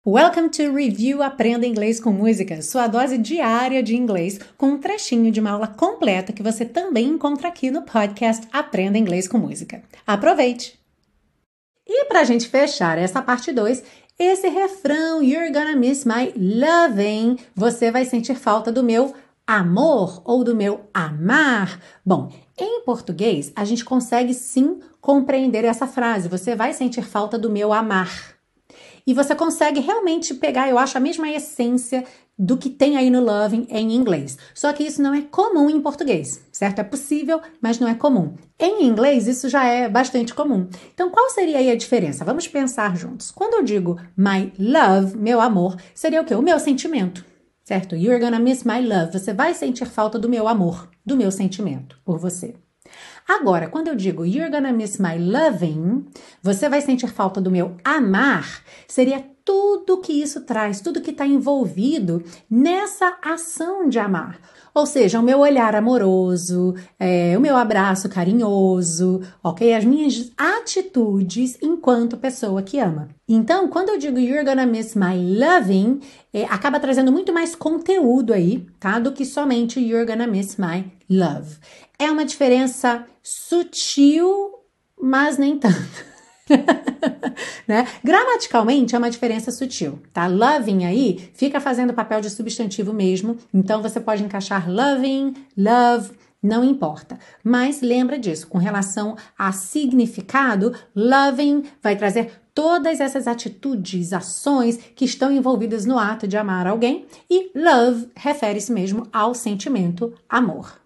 Welcome to Review Aprenda Inglês com Música, sua dose diária de inglês, com um trechinho de uma aula completa que você também encontra aqui no podcast Aprenda Inglês com Música. Aproveite! E para a gente fechar essa parte 2, esse refrão You're gonna miss my loving, você vai sentir falta do meu amor ou do meu amar. Bom, em português, a gente consegue sim compreender essa frase, você vai sentir falta do meu amar. E você consegue realmente pegar, eu acho, a mesma essência do que tem aí no loving em inglês. Só que isso não é comum em português, certo? É possível, mas não é comum. Em inglês, isso já é bastante comum. Então, qual seria aí a diferença? Vamos pensar juntos. Quando eu digo my love, meu amor, seria o quê? O meu sentimento, certo? You're gonna miss my love. Você vai sentir falta do meu amor, do meu sentimento por você. Agora, quando eu digo you're gonna miss my loving, você vai sentir falta do meu amar, seria tudo que isso traz, tudo que está envolvido nessa ação de amar. Ou seja, o meu olhar amoroso, o meu abraço carinhoso, ok? As minhas atitudes enquanto pessoa que ama. Então, quando eu digo you're gonna miss my loving, acaba trazendo muito mais conteúdo aí, tá? Do que somente you're gonna miss my love. É uma diferença sutil, mas nem tanto. Né? Gramaticalmente é uma diferença sutil, tá? Loving aí fica fazendo papel de substantivo mesmo, então você pode encaixar loving, love, não importa. Mas lembra disso, com relação a significado, loving vai trazer todas essas atitudes, ações que estão envolvidas no ato de amar alguém e love refere-se mesmo ao sentimento amor.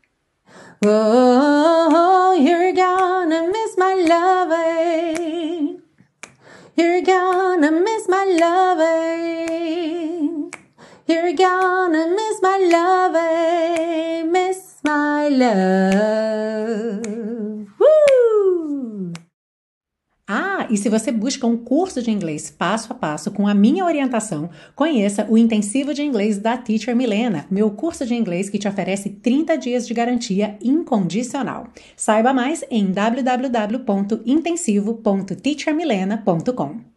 Oh, you're gonna miss my loving. You're gonna miss my loving. You're gonna miss my loving. Miss my love. E se você busca um curso de inglês passo a passo com a minha orientação, conheça o Intensivo de Inglês da Teacher Milena, meu curso de inglês que te oferece 30 dias de garantia incondicional. Saiba mais em www.intensivo.teachermilena.com.